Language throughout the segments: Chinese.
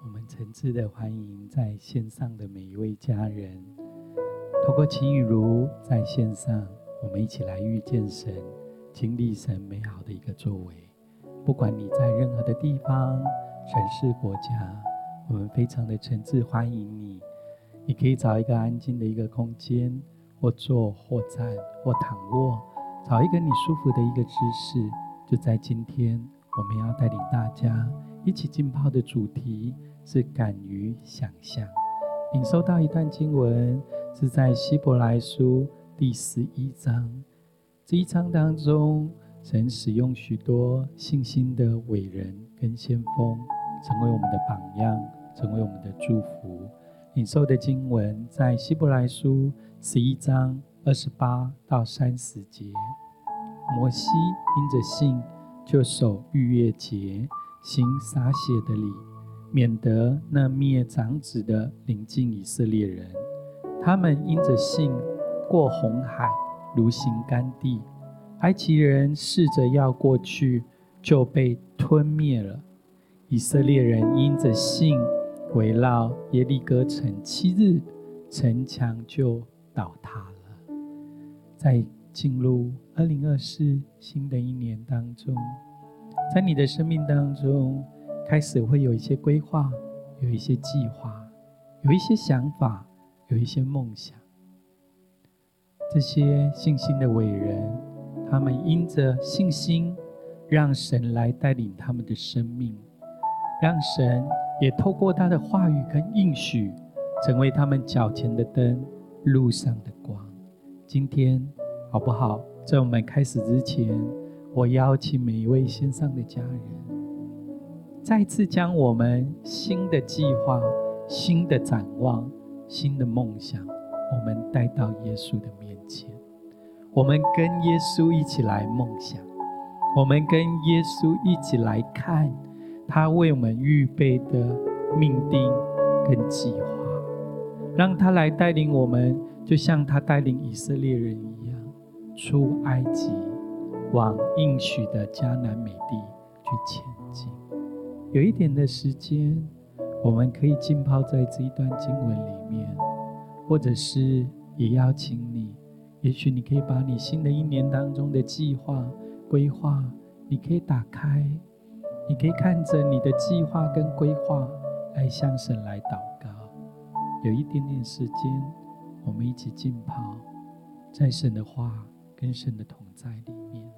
我们诚挚的欢迎在线上的每一位家人，透过晴雨如在线上，我们一起来遇见神，经历神美好的一个作为。不管你在任何的地方、城市、国家，我们非常的诚挚欢迎你。你可以找一个安静的一个空间，或坐或站或躺卧，找一个你舒服的一个姿势。就在今天，我们要带领大家一起浸泡的主题是敢于想象。领受到一段经文，是在希伯来书第11章。这一章当中，神使用许多信心的伟人跟先锋，成为我们的榜样，成为我们的祝福。领受的经文在希伯来书11章28到30节。摩西因着信，就守逾越节，行洒血的礼，免得那灭长子的临近以色列人。他们因着信过红海，如行干地。埃及人试着要过去，就被吞灭了。以色列人因着信围绕耶利哥城7日，城墙就倒塌了。在进入2024新的一年当中，在你的生命当中，开始会有一些规划，有一些计划，有一些想法，有一些梦想。这些信心的伟人，他们因着信心，让神来带领他们的生命，让神也透过他的话语跟应许，成为他们脚前的灯，路上的光。今天好不好？在我们开始之前，我邀请每一位线上的家人，再次将我们新的计划、新的展望、新的梦想，我们带到耶稣的面前。我们跟耶稣一起来梦想，我们跟耶稣一起来看他为我们预备的命定跟计划，让他来带领我们，就像他带领以色列人一样，出埃及，往应许的迦南美地去前进。有一点的时间，我们可以浸泡在这一段经文里面，或者是也邀请你，也许你可以把你新的一年当中的计划、规划，你可以打开，你可以看着你的计划跟规划来向神来祷告。有一点点时间，我们一起浸泡在神的话跟神的同在里面。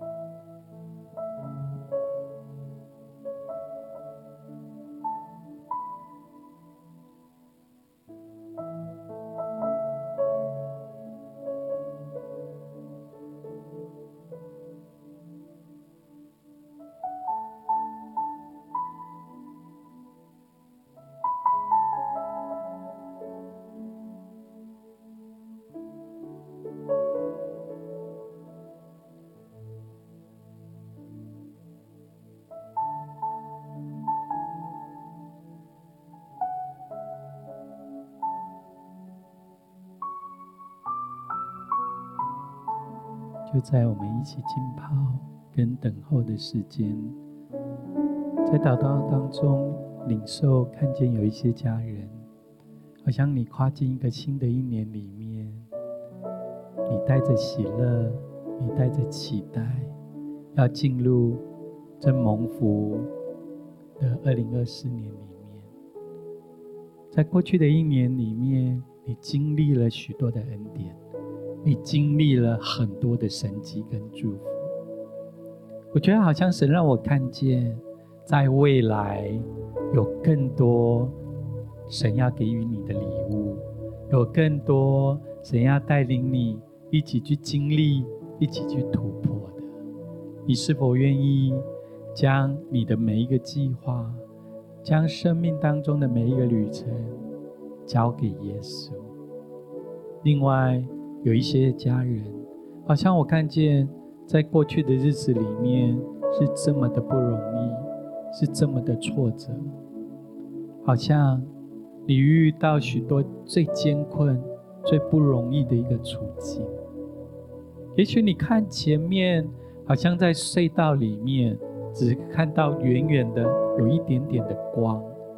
就在我们一起浸泡跟等候的时间，在祷告当中领受，看见有一些家人，好像你跨进一个新的一年里面，你带着喜乐，你带着期待，要进入这蒙福的2024年里面。在过去的一年里面，你经历了许多的恩典，你经历了很多的神迹跟祝福。我觉得好像神让我看见，在未来有更多神要给予你的礼物，有更多神要带领你一起去经历，一起去突破的。你是否愿意将你的每一个计划，将生命当中的每一个旅程交给耶稣？另外有一些家人，好像我看见在过去的日子里面是这么的不容易，是这么的挫折，好像你遇到许多最艰困、最不容易的一个处境。也许你看前面好像在隧道里面，只看到远远的有一点点的光，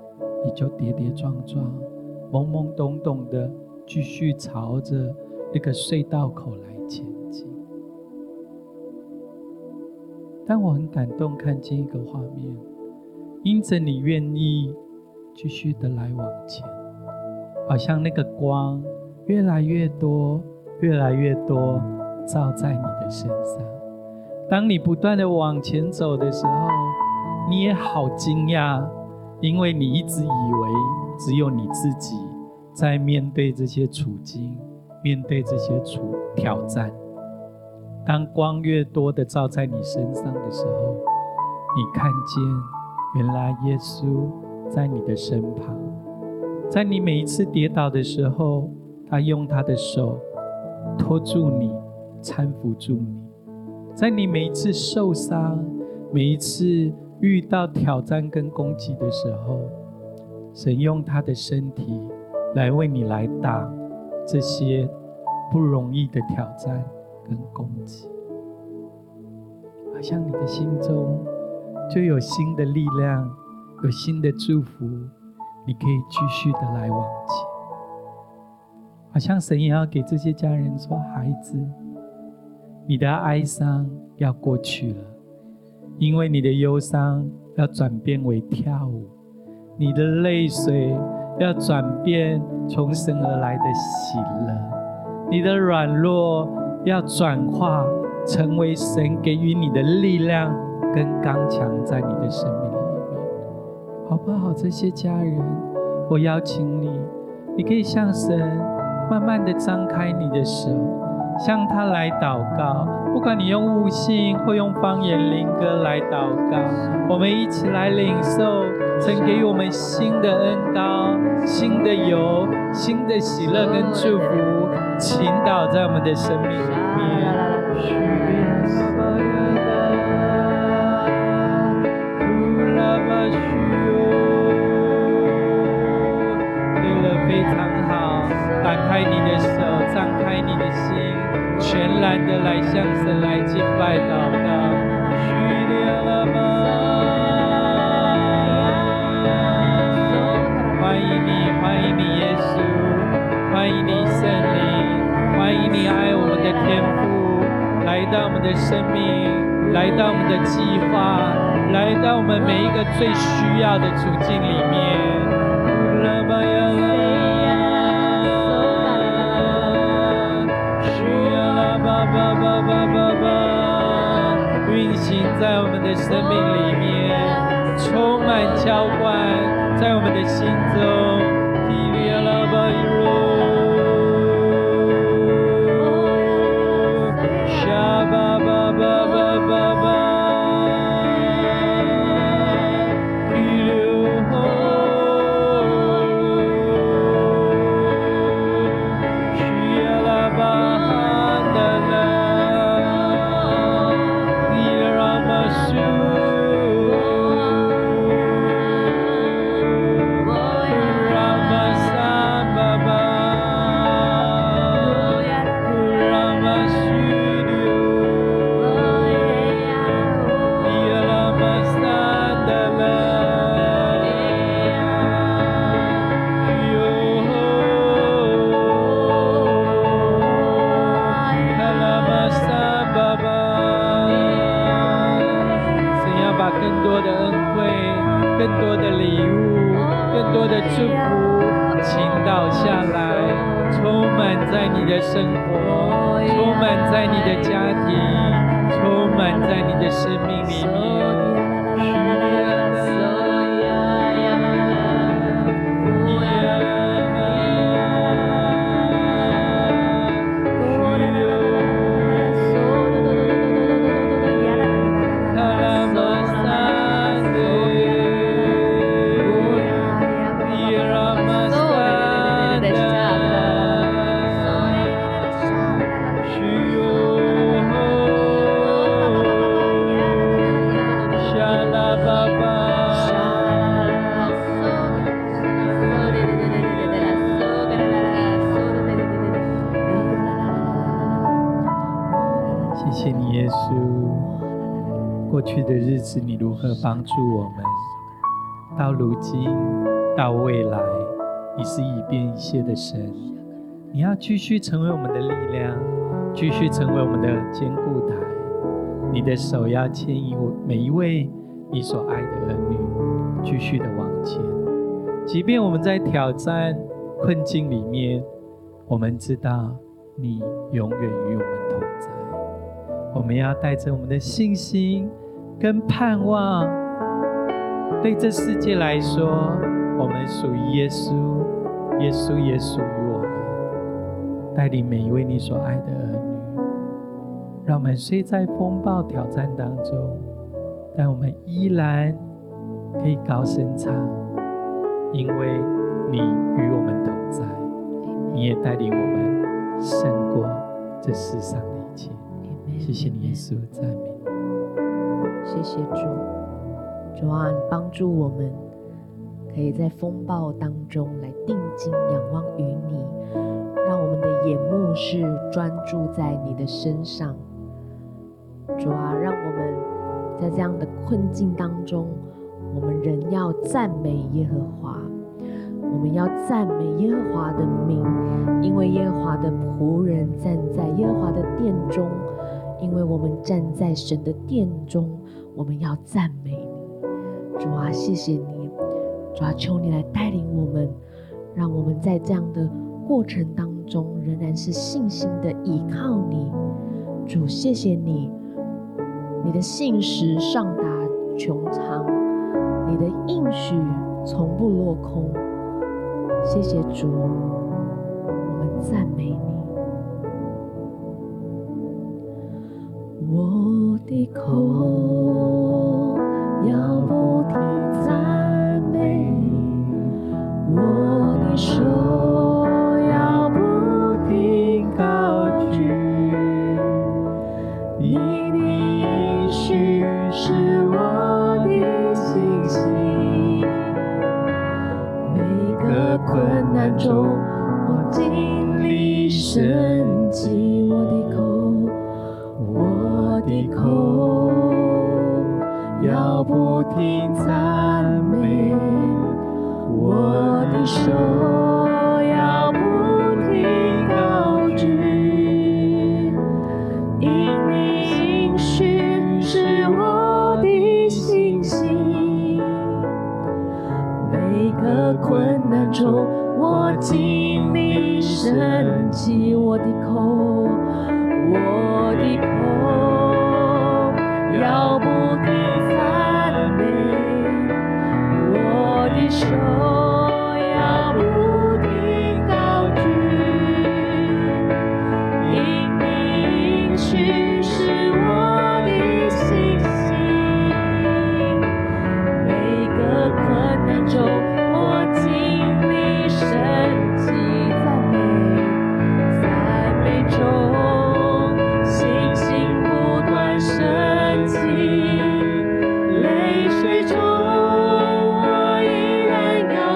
你就跌跌撞撞、懵懵懂懂的继续朝着那个隧道口来前进。但我很感动，看见一个画面，因着你愿意继续的来往前，好像那个光越来越多、越来越多照在你的身上。当你不断的往前走的时候，你也好惊讶，因为你一直以为只有你自己在面对这些处境，面对这些挑战。当光越多的照在你身上的时候，你看见原来耶稣在你的身旁，在你每一次跌倒的时候，他用他的手托住你，搀扶住你。在你每一次受伤，每一次遇到挑战跟攻击的时候，神用他的身体来为你来挡这些不容易的挑战跟攻击。好像你的心中就有新的力量，有新的祝福，你可以继续的来往前。好像神也要给这些家人说，孩子，你的哀伤要过去了，因为你的忧伤要转变为跳舞，你的泪水要转变从神而来的喜乐，你的软弱要转化成为神给予你的力量跟刚强，在你的生命里面，好不好？这些家人，我邀请你，你可以向神慢慢的张开你的手，向他来祷告。不管你用悟性或用方言灵歌来祷告，我们一起来领受神给予我们新的恩膏、新的油、新的喜乐跟祝福倾倒在我们的生命里面。对了，非常好，打开你的手，张开你的心，全然的来向神来敬拜祷告。欢迎你，欢迎你耶稣，欢迎你圣灵，欢迎你爱我们的天父来到我们的生命，来到我们的计划，来到我们每一个最需要的处境里面。运行在我们的生命里面，充满浇灌在我们的心中。过去的日子你如何帮助我们，到如今到未来，你是一变一切的神。你要继续成为我们的力量，继续成为我们的坚固台。你的手要牵引每一位你所爱的儿女，继续的往前。即便我们在挑战困境里面，我们知道你永远与我们同在。我们要带着我们的信心跟盼望，对这世界来说，我们属于耶稣，耶稣也属于我们。带领每一位你所爱的儿女，让我们虽在风暴挑战当中，但我们依然可以高声唱，因为你与我们同在，你也带领我们胜过这世上的一切。谢谢你耶稣，赞美你。 谢谢主。主啊，你帮助我们可以在风暴当中来定睛仰望于你，让我们的眼目是专注在你的身上。主啊，让我们在这样的困境当中，我们仍要赞美耶和华，我们要赞美耶和华的名，因为耶和华的仆人站在耶和华的殿中，因为我们站在神的殿中，我们要赞美你。主啊，谢谢你。主啊，求你来带领我们，让我们在这样的过程当中仍然是信心的依靠你。主，谢谢你，你的信实上达穹苍，你的应许从不落空。谢谢主，我们赞美你。我的口要不停赞美，我的手要不停高举，你的应许是我的信心。每个困难中，我经历神迹，我的口要不停赞美，我的手要不停高举，因你应许是我的信心。每个困难中，我经历神迹，我的口要不停赞美，我的手要不停高举，因你应许是我的信心。每个困难中，我经历神迹，赞美中信心不断升起，泪水中我依然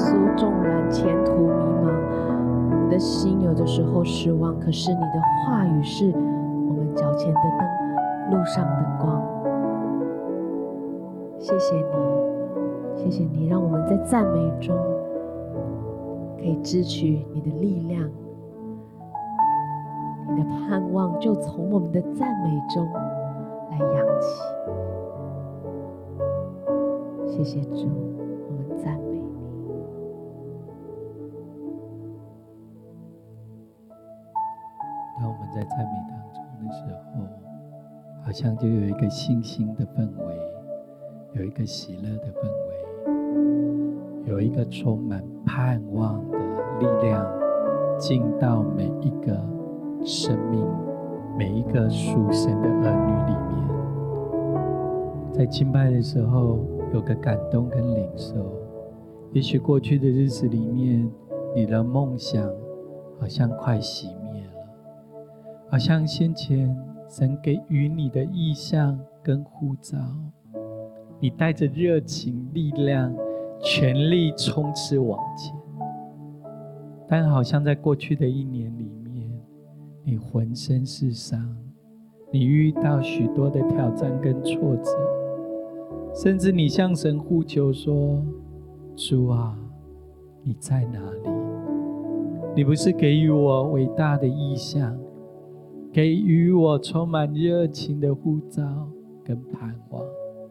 稣，纵然前途迷茫，我们的心有的时候失望，可是你的话语是我们脚前的灯，路上的光。谢谢你，谢谢你，让我们在赞美中可以支取你的力量，你的盼望就从我们的赞美中来扬起。谢谢主，我们赞美你。 当我们在赞美当中的时候，好像就有一个信心的氛围，有一个喜乐的氛围，有一个充满盼望的力量进到每一个生命，每一个属神的儿女里面。在敬拜的时候有个感动跟领受，也许过去的日子里面，你的梦想好像快熄灭了，好像先前神给予你的意向跟呼召，你带着热情力量全力冲刺往前，但好像在过去的一年里面，你浑身是伤，你遇到许多的挑战跟挫折，甚至你向神呼求说，主啊，你在哪里？你不是给予我伟大的意向，给予我充满热情的呼召跟盼望。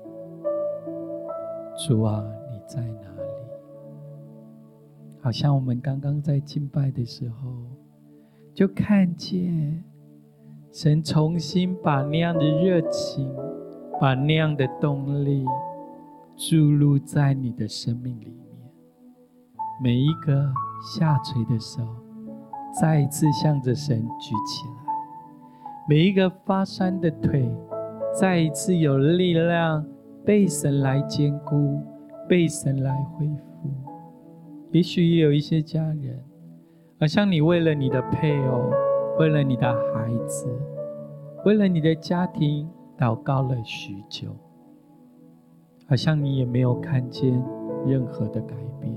主啊，你在哪里？好像我们刚刚在敬拜的时候，就看见神重新把那样的热情，把那样的动力注入在你的生命里面。每一个下垂的手再一次向着神举起来，每一个发酸的腿再一次有力量被神来坚固，被神来恢复。也许也有一些家人，好像你为了你的配偶，为了你的孩子，为了你的家庭祷告了许久，好像你也没有看见任何的改变。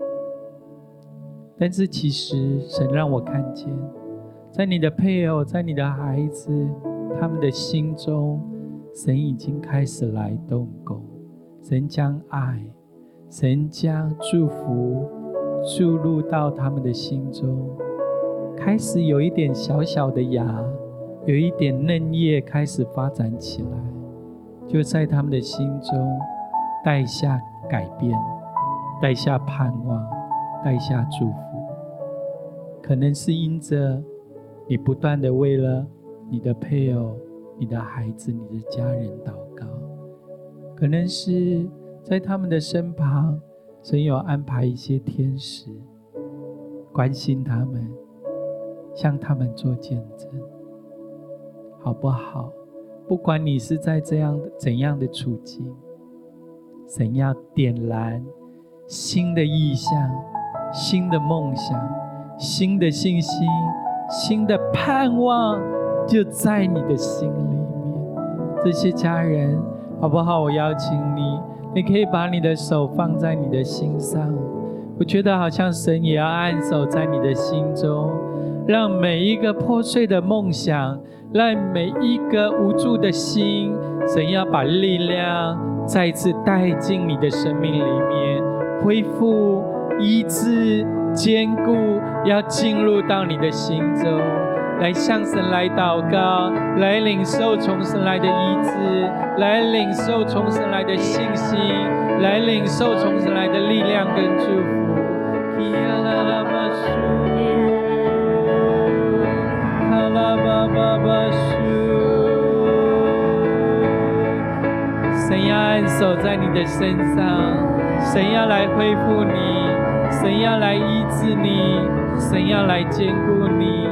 但是其实神让我看见，在你的配偶，在你的孩子，他们的心中，神已经开始来动工。神将爱，神将祝福注入到他们的心中，开始有一点小小的芽，有一点嫩叶开始发展起来，就在他们的心中带下改变，带下盼望，带下祝福。可能是因着你不断的为了你的配偶、你的孩子、你的家人祷告，可能是在他们的身旁，神有安排一些天使关心他们，向他们做见证，好不好？不管你是在怎样的处境，神要点燃新的意象、新的梦想、新的信心、新的盼望，就在你的心里面。这些家人，好不好？我邀请你，你可以把你的手放在你的心上。我觉得好像神也要按手在你的心中，让每一个破碎的梦想，让每一个无助的心，神要把力量再次带进你的生命里面，恢复、医治、坚固，要进入到你的心中，来向神来祷告，来领受从神来的医治，来领受从神来的信心，来领受从神来的力量跟祝福。神要按手在你的身上，神要来恢复你，神要来医治你，神要来坚固你。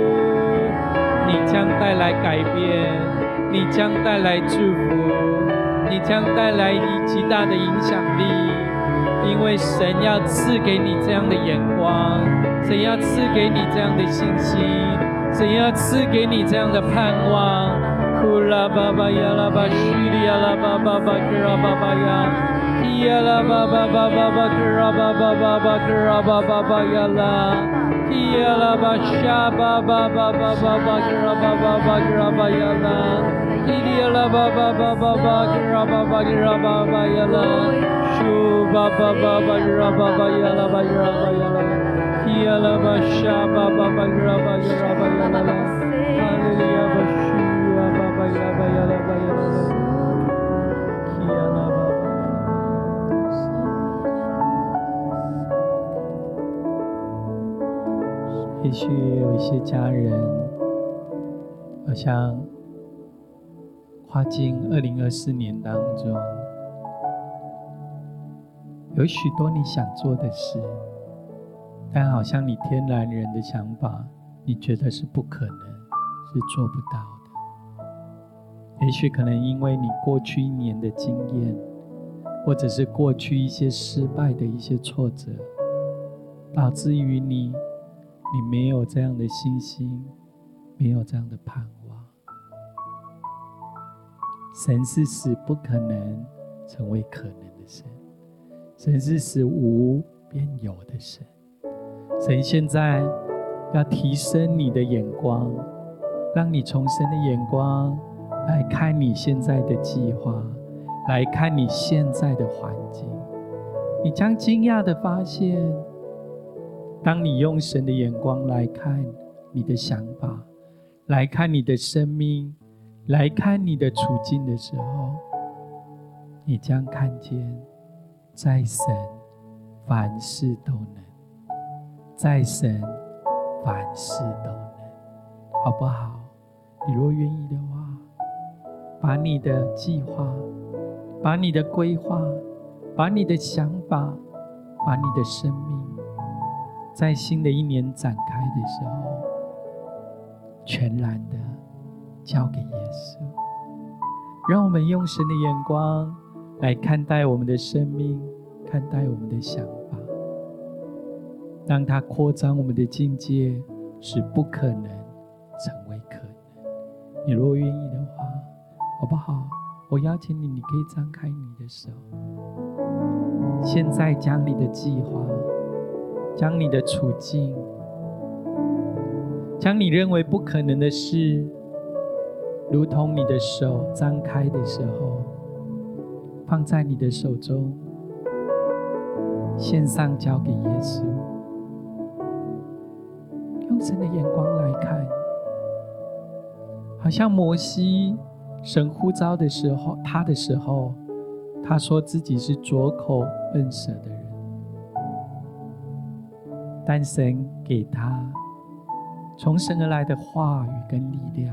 你将带来改变，你将带来祝福， 你将带来极大的影响力，因为神要赐给你这样的眼光，神要赐给你这样的信心，神要赐给你这样的盼望。库拉巴巴呀拉巴叙利亚拉巴巴巴克拉巴巴呀，伊呀拉巴巴巴巴巴克拉巴巴巴巴克拉巴巴巴呀拉，伊呀拉巴沙巴巴巴巴巴巴克拉巴巴巴克拉巴呀拉，伊呀拉巴巴巴巴巴克拉巴巴克拉巴巴呀拉，舒巴巴巴巴克拉巴巴呀拉巴呀拉呀拉，伊呀拉巴沙巴巴巴克拉巴呀拉巴呀拉，哈利路亚巴。也许有一些家人好像跨进2024年当中，有许多你想做的事，但好像你天然人的想法你觉得是不可能，是做不到的。也许可能因为你过去1年的经验，或者是过去一些失败的一些挫折，导致于你没有这样的信心，没有这样的盼望。神是使不可能成为可能的神，神是使无变有的神。神现在要提升你的眼光，让你从神的眼光来看你现在的计划，来看你现在的环境。你将惊讶地发现，当你用神的眼光来看你的想法，来看你的生命，来看你的处境的时候，你将看见在神凡事都能，在神凡事都能，好不好？你若愿意的话，把你的计划，把你的规划，把你的想法，把你的生命，在新的一年展开的时候，全然的交给耶稣。让我们用神的眼光来看待我们的生命，看待我们的想法，让它扩张我们的境界，使不可能成为可能。你若愿意的话，好不好？我邀请你，你可以张开你的手，现在将你的计划，将你的处境，将你认为不可能的事，如同你的手张开的时候，放在你的手中，献上交给耶稣。用神的眼光来看，好像摩西神呼召的时候，他说自己是拙口笨舌的人，但神给他从神而来的话语跟力量，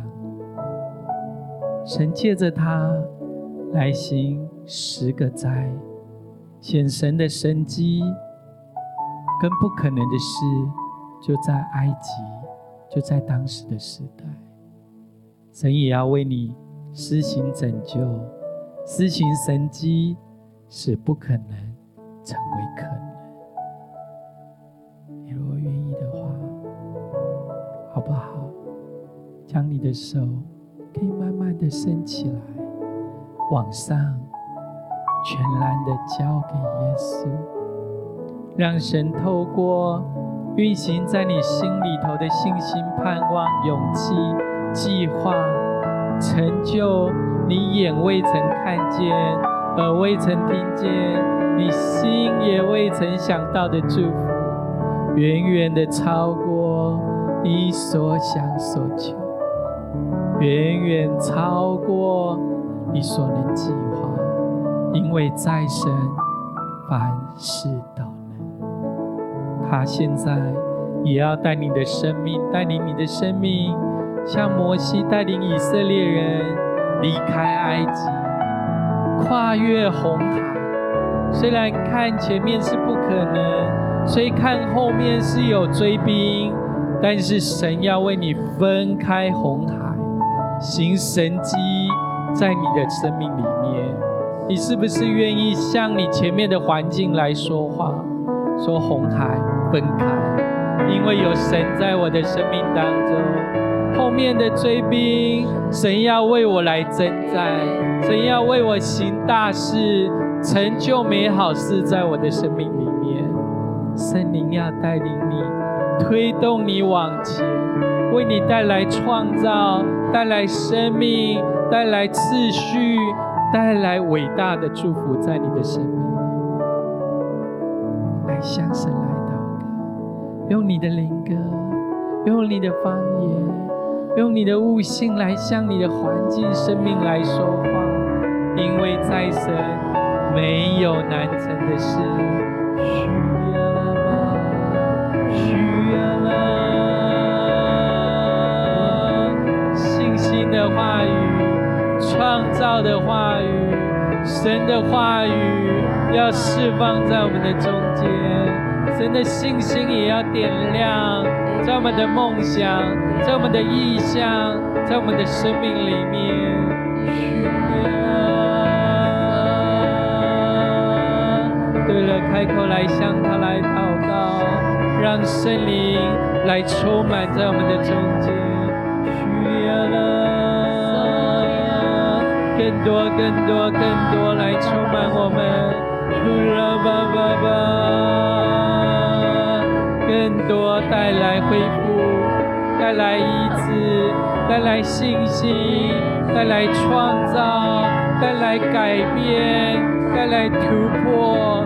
神借着他来行10个灾，显神的神迹跟不可能的事，就在埃及，就在当时的时代。神也要为你施行拯救，施行神迹，使不可能成为可能。你如果愿意的话，好不好？将你的手可以慢慢的伸起来，往上，全然的交给耶稣，让神透过运行在你心里头的信心、盼望、勇气、计划，成就你眼未曾看见，耳未曾听见，你心也未曾想到的祝福，远远的超过你所想所求，远远超过你所能计划，因为在神凡事都能。他现在也要带领你的生命，像摩西带领以色列人离开埃及，跨越红海。虽然看前面是不可能，虽看后面是有追兵，但是神要为你分开红海，行神迹在你的生命里面， 你是不是愿意向你前面的环境来说话，说红海分开，因为有神在我的生命当中。后面的追兵，神要为我来征战，神要为我行大事，成就美好事在我的生命里面。圣灵要带领你，推动你往前，为你带来创造，带来生命，带来次序，带来伟大的祝福在你的生命里。来向神来祷告，用你的灵歌，用你的方言，用你的悟性来向你的环境生命来说话，因为在神没有难成的事。信心的话语，创造的话语，神的话语要释放在我们的中间，神的信心也要点亮在我们的梦想，在我们的意向，在我们的生命里面。对了，开口来向他来祷告，让圣灵来充满在我们的中间。更多更多更多来充满我们，更多带来恢复，带来医治，带来信心，带来创造，带来改变，带来突破。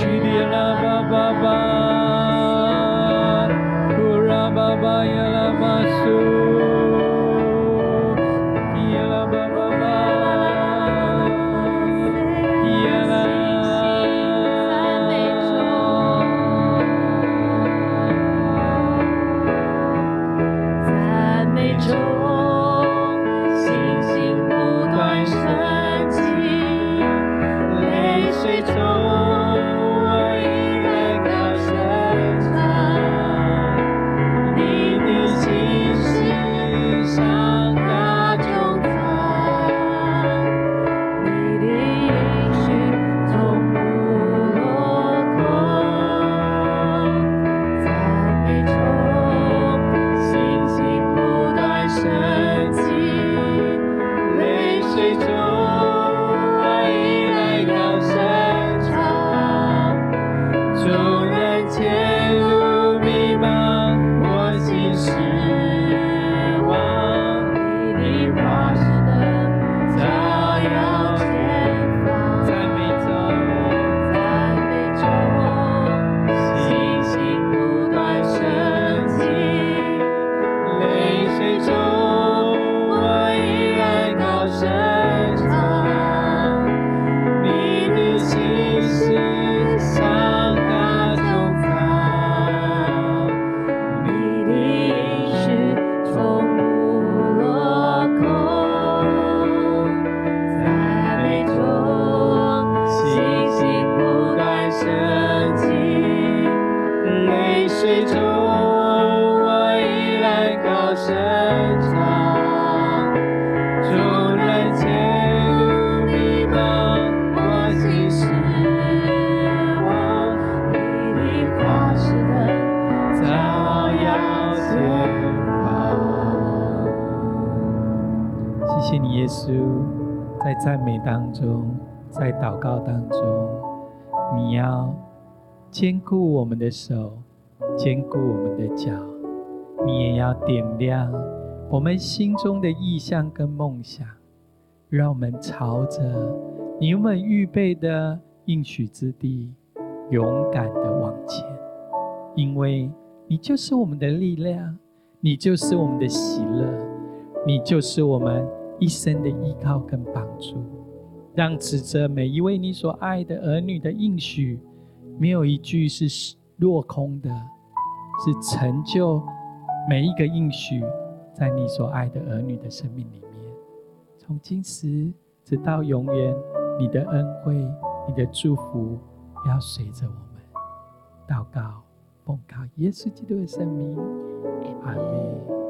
谢谢你，耶稣，在赞美当中，在祷告当中，你要坚固我们的手，坚固我们的脚，你也要点亮我们心中的意向跟梦想，让我们朝着你为我们预备的应许之地勇敢的往前，因为你就是我们的力量，你就是我们的喜乐，你就是我们一生的依靠跟帮助。让指着每一位你所爱的儿女的应许，没有一句是落空的，是成就每一个应许在你所爱的儿女的生命里面。从今时直到永远，你的恩惠，你的祝福要随着我们。祷告奉靠耶稣基督的圣名，阿们。